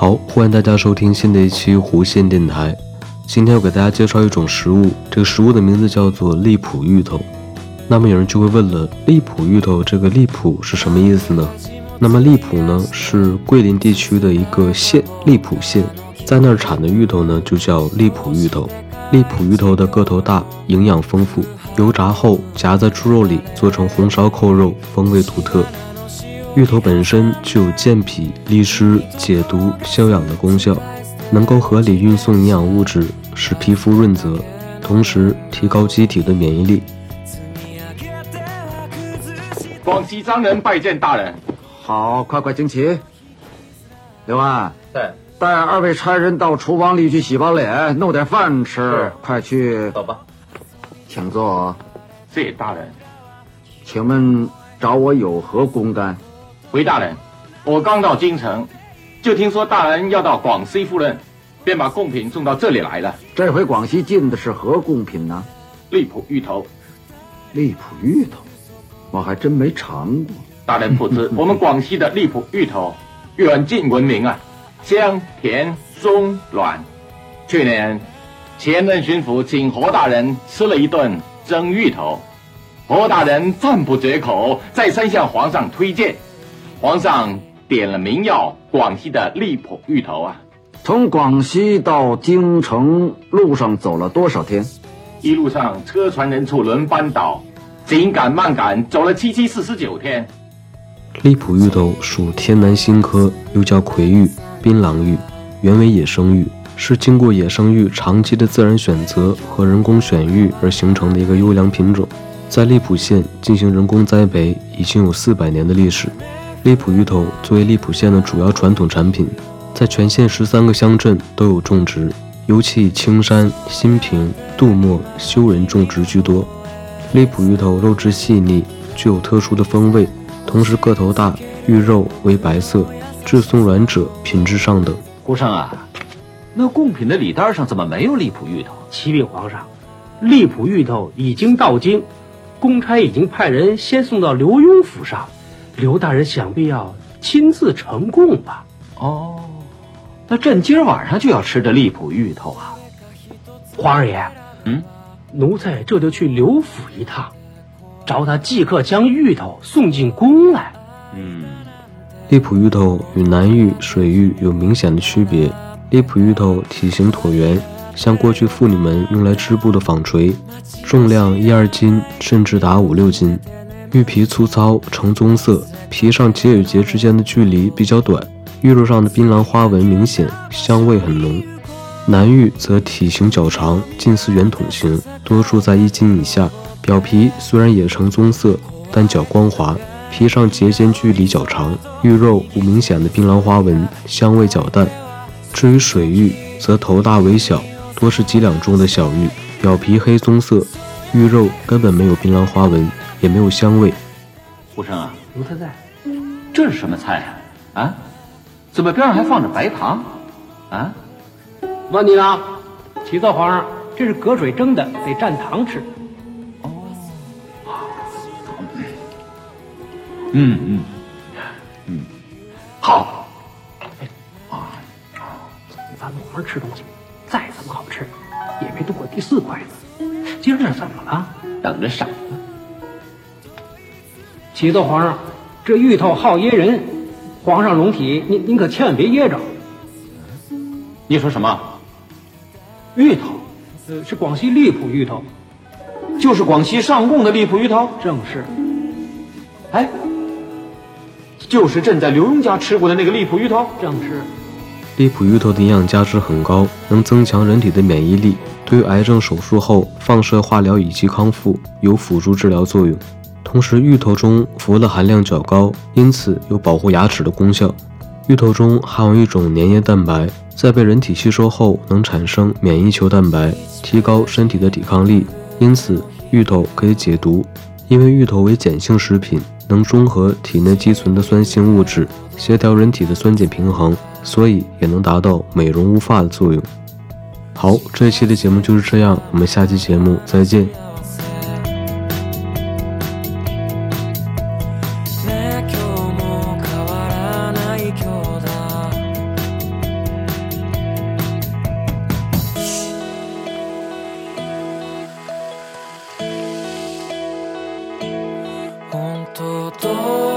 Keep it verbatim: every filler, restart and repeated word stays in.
好，欢迎大家收听新的一期弧线电台。今天要给大家介绍一种食物，这个食物的名字叫做荔浦芋头。那么有人就会问了，荔浦芋头这个荔浦是什么意思呢？那么荔浦呢是桂林地区的一个县，荔浦县，在那儿产的芋头呢就叫荔浦芋头。荔浦芋头的个头大，营养丰富，油炸后夹在猪肉里做成红烧扣肉，风味独特。芋头本身具有健脾、利湿、解毒、消痒的功效，能够合理运送营养物质，使皮肤润泽，同时提高机体的免疫力。 广西商人拜见大人。 好，快快请起。刘安， 在， 带二位差人到厨房里去洗把脸，弄点饭吃。快去。 走吧。 请坐。 谢谢大人。 请问找我有何公干？ 回大人，我刚到京城，就听说大人要到广西赴任，便把贡品送到这里来了。 这回广西进的是何贡品呢？ 荔浦芋头。 荔浦芋头，我还真没尝过。 大人不知，我们广西的荔浦芋头远近闻名啊，香甜松软。去年前任巡抚请侯大人吃了一顿蒸芋头，侯大人赞不绝口，再三向皇上推荐。皇上点了名要广西的荔浦芋头啊。 从广西到京城路上走了多少天？ 一路上车船人畜轮班倒，紧赶慢赶，走了七七四十九天。 荔浦芋头属天南星科，又叫葵芋、槟榔芋，原为野生芋，是经过野生芋长期的自然选择和人工选育而形成的一个优良品种。在荔浦县进行人工栽培已经有四百年的历史。荔浦芋头作为荔浦县的主要传统产品，在全县十三个乡镇都有种植，尤其以青山、新平、杜默、修人种植居多。荔浦芋头肉质细腻，具有特殊的风味，同时个头大，芋肉为白色，质松软褶，品质上等。 胡生啊，那贡品的礼单上怎么没有荔浦芋头？ 启禀皇上，荔浦芋头已经到京，公差已经派人先送到刘墉府上，刘大人想必要亲自呈贡吧。 哦，那朕今儿晚上就要吃这荔浦芋头啊。 皇二爷， 嗯， 奴才这就去刘府一趟，找他即刻将芋头送进宫来。 嗯， 荔浦芋头与南芋、水芋有明显的区别。荔浦芋头体型椭圆，像过去妇女们用来织布的纺锤，重量一二斤，甚至达五六斤。芋皮粗糙，呈棕色，皮上节与节之间的距离比较短，芋肉上的槟榔花纹明显，香味很浓。南芋则体型较长，近似圆筒形，多数在一斤以下，表皮虽然也呈棕色，但较光滑，皮上节间距离较长，芋肉无明显的槟榔花纹，香味较淡。至于水芋，则头大尾小，多是几两重的小芋，表皮黑棕色，芋肉根本没有槟榔花纹，也没有香味。 胡生啊， 奴才在。 这是什么菜啊？啊，怎么边上还放着白糖？啊？ 万尼郎，启奏皇上，这是隔水蒸的，得蘸糖吃。 嗯嗯嗯，好。 啊，咱们皇上吃东西再怎么好吃，也没动过第四筷子。今儿这怎么了？ 等着赏。 启奏皇上，这芋头好噎人，皇上龙体，您您可千万别噎着。 你说什么？ 芋头，呃，是广西荔浦芋头， 就是广西上贡的荔浦芋头？ 正是。 哎，就是朕在刘墉家吃过的那个荔浦芋头？ 正是。 荔浦芋头的营养价值很高，能增强人体的免疫力，对于癌症手术后放射化疗以及康复有辅助治疗作用。同时芋头中氟的含量较高，因此有保护牙齿的功效。芋头中含有一种粘液蛋白，在被人体吸收后能产生免疫球蛋白，提高身体的抵抗力，因此芋头可以解毒。因为芋头为碱性食品，能中和体内积存的酸性物质，协调人体的酸碱平衡，所以也能达到美容无发的作用。好，这一期的节目就是这样，我们下期节目再见。 多。